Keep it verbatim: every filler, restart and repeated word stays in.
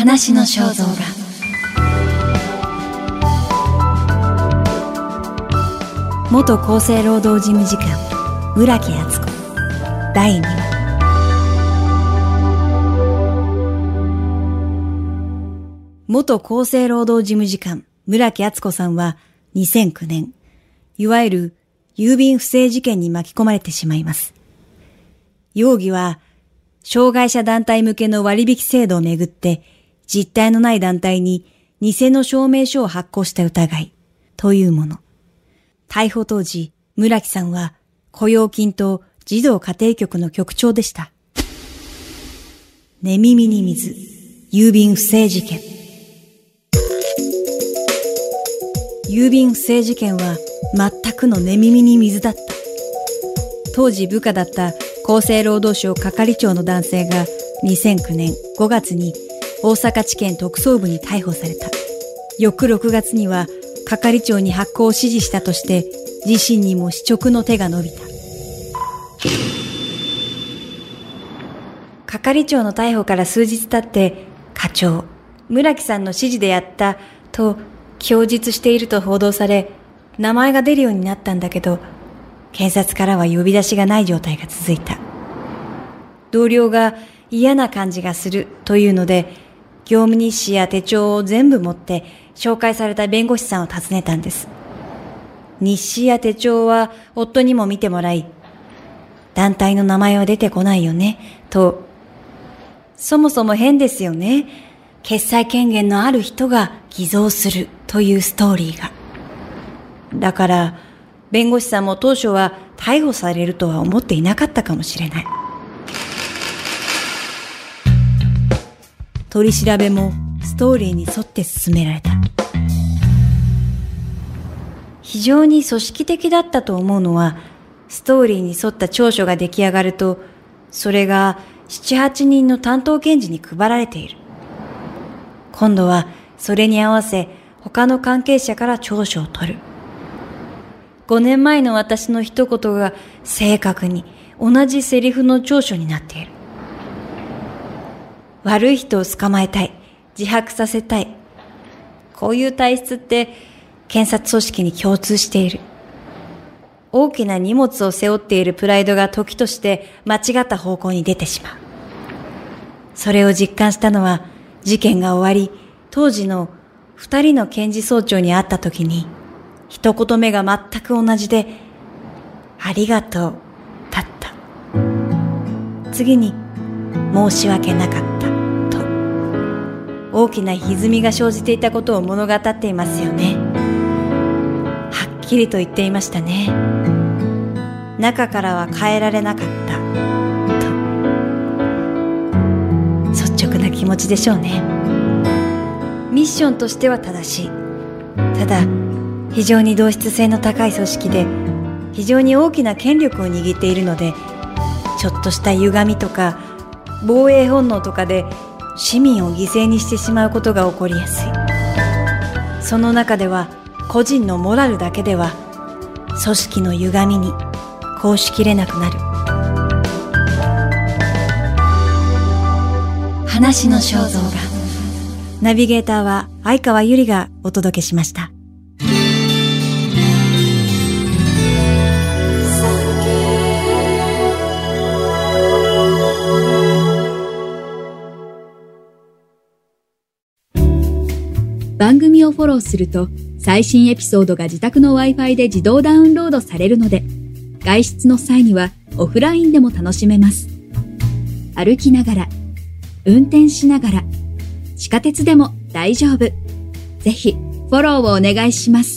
話の肖像画。元厚生労働事務次官村木厚子だいにわ。元厚生労働事務次官村木厚子さんはにせんきゅうねん、いわゆる郵便不正事件に巻き込まれてしまいます。容疑は障害者団体向けの割引制度をめぐって実態のない団体に偽の証明書を発行した疑いというもの。逮捕当時、村木さんは雇用金と児童家庭局の局長でした。寝耳に水、郵便不正事件。郵便不正事件は全くの寝耳に水だった。当時部下だった厚生労働省係長の男性がにせんきゅうねんごがつに大阪地検特捜部に逮捕された。翌ろくがつには係長に発行を指示したとして自身にも司直の手が伸びた。係長の逮捕から数日経って課長、村木さんの指示でやったと供述していると報道され、名前が出るようになったんだけど、検察からは呼び出しがない状態が続いた。同僚が嫌な感じがするというので、業務日誌や手帳を全部持って紹介された弁護士さんを訪ねたんです。日誌や手帳は夫にも見てもらい、団体の名前は出てこないよね、と、そもそも変ですよね。決裁権限のある人が偽造するというストーリーが。だから、弁護士さんも当初は逮捕されるとは思っていなかったかもしれない。取り調べもストーリーに沿って進められた。非常に組織的だったと思うのは、ストーリーに沿った調書が出来上がると、それが七八人の担当検事に配られている。今度はそれに合わせ他の関係者から調書を取る。ごねんまえの私の一言が正確に同じセリフの調書になっている。悪い人を捕まえたい、自白させたい。こういう体質って検察組織に共通している。大きな荷物を背負っているプライドが時として間違った方向に出てしまう。それを実感したのは事件が終わり、当時の二人の検事総長に会った時に、一言目が全く同じで、ありがとう、だった。次に、申し訳なかった、と。大きな歪みが生じていたことを物語っていますよね。はっきりと言っていましたね。中からは変えられなかった、と。率直な気持ちでしょうね。ミッションとしては正しい。ただ、非常に同質性の高い組織で、非常に大きな権力を握っているので、ちょっとした歪みとか、防衛本能とかで市民を犠牲にしてしまうことが起こりやすい。その中では、個人のモラルだけでは、組織の歪みにこうしきれなくなる。話の肖像画。ナビゲーターは相川ゆりがお届けしました。 番組をフォローすると最新エピソードが自宅の Wi-Fi で自動ダウンロードされるので、外出の際にはオフラインでも楽しめます。歩きながら、運転しながら、地下鉄でも大丈夫。ぜひフォローをお願いします。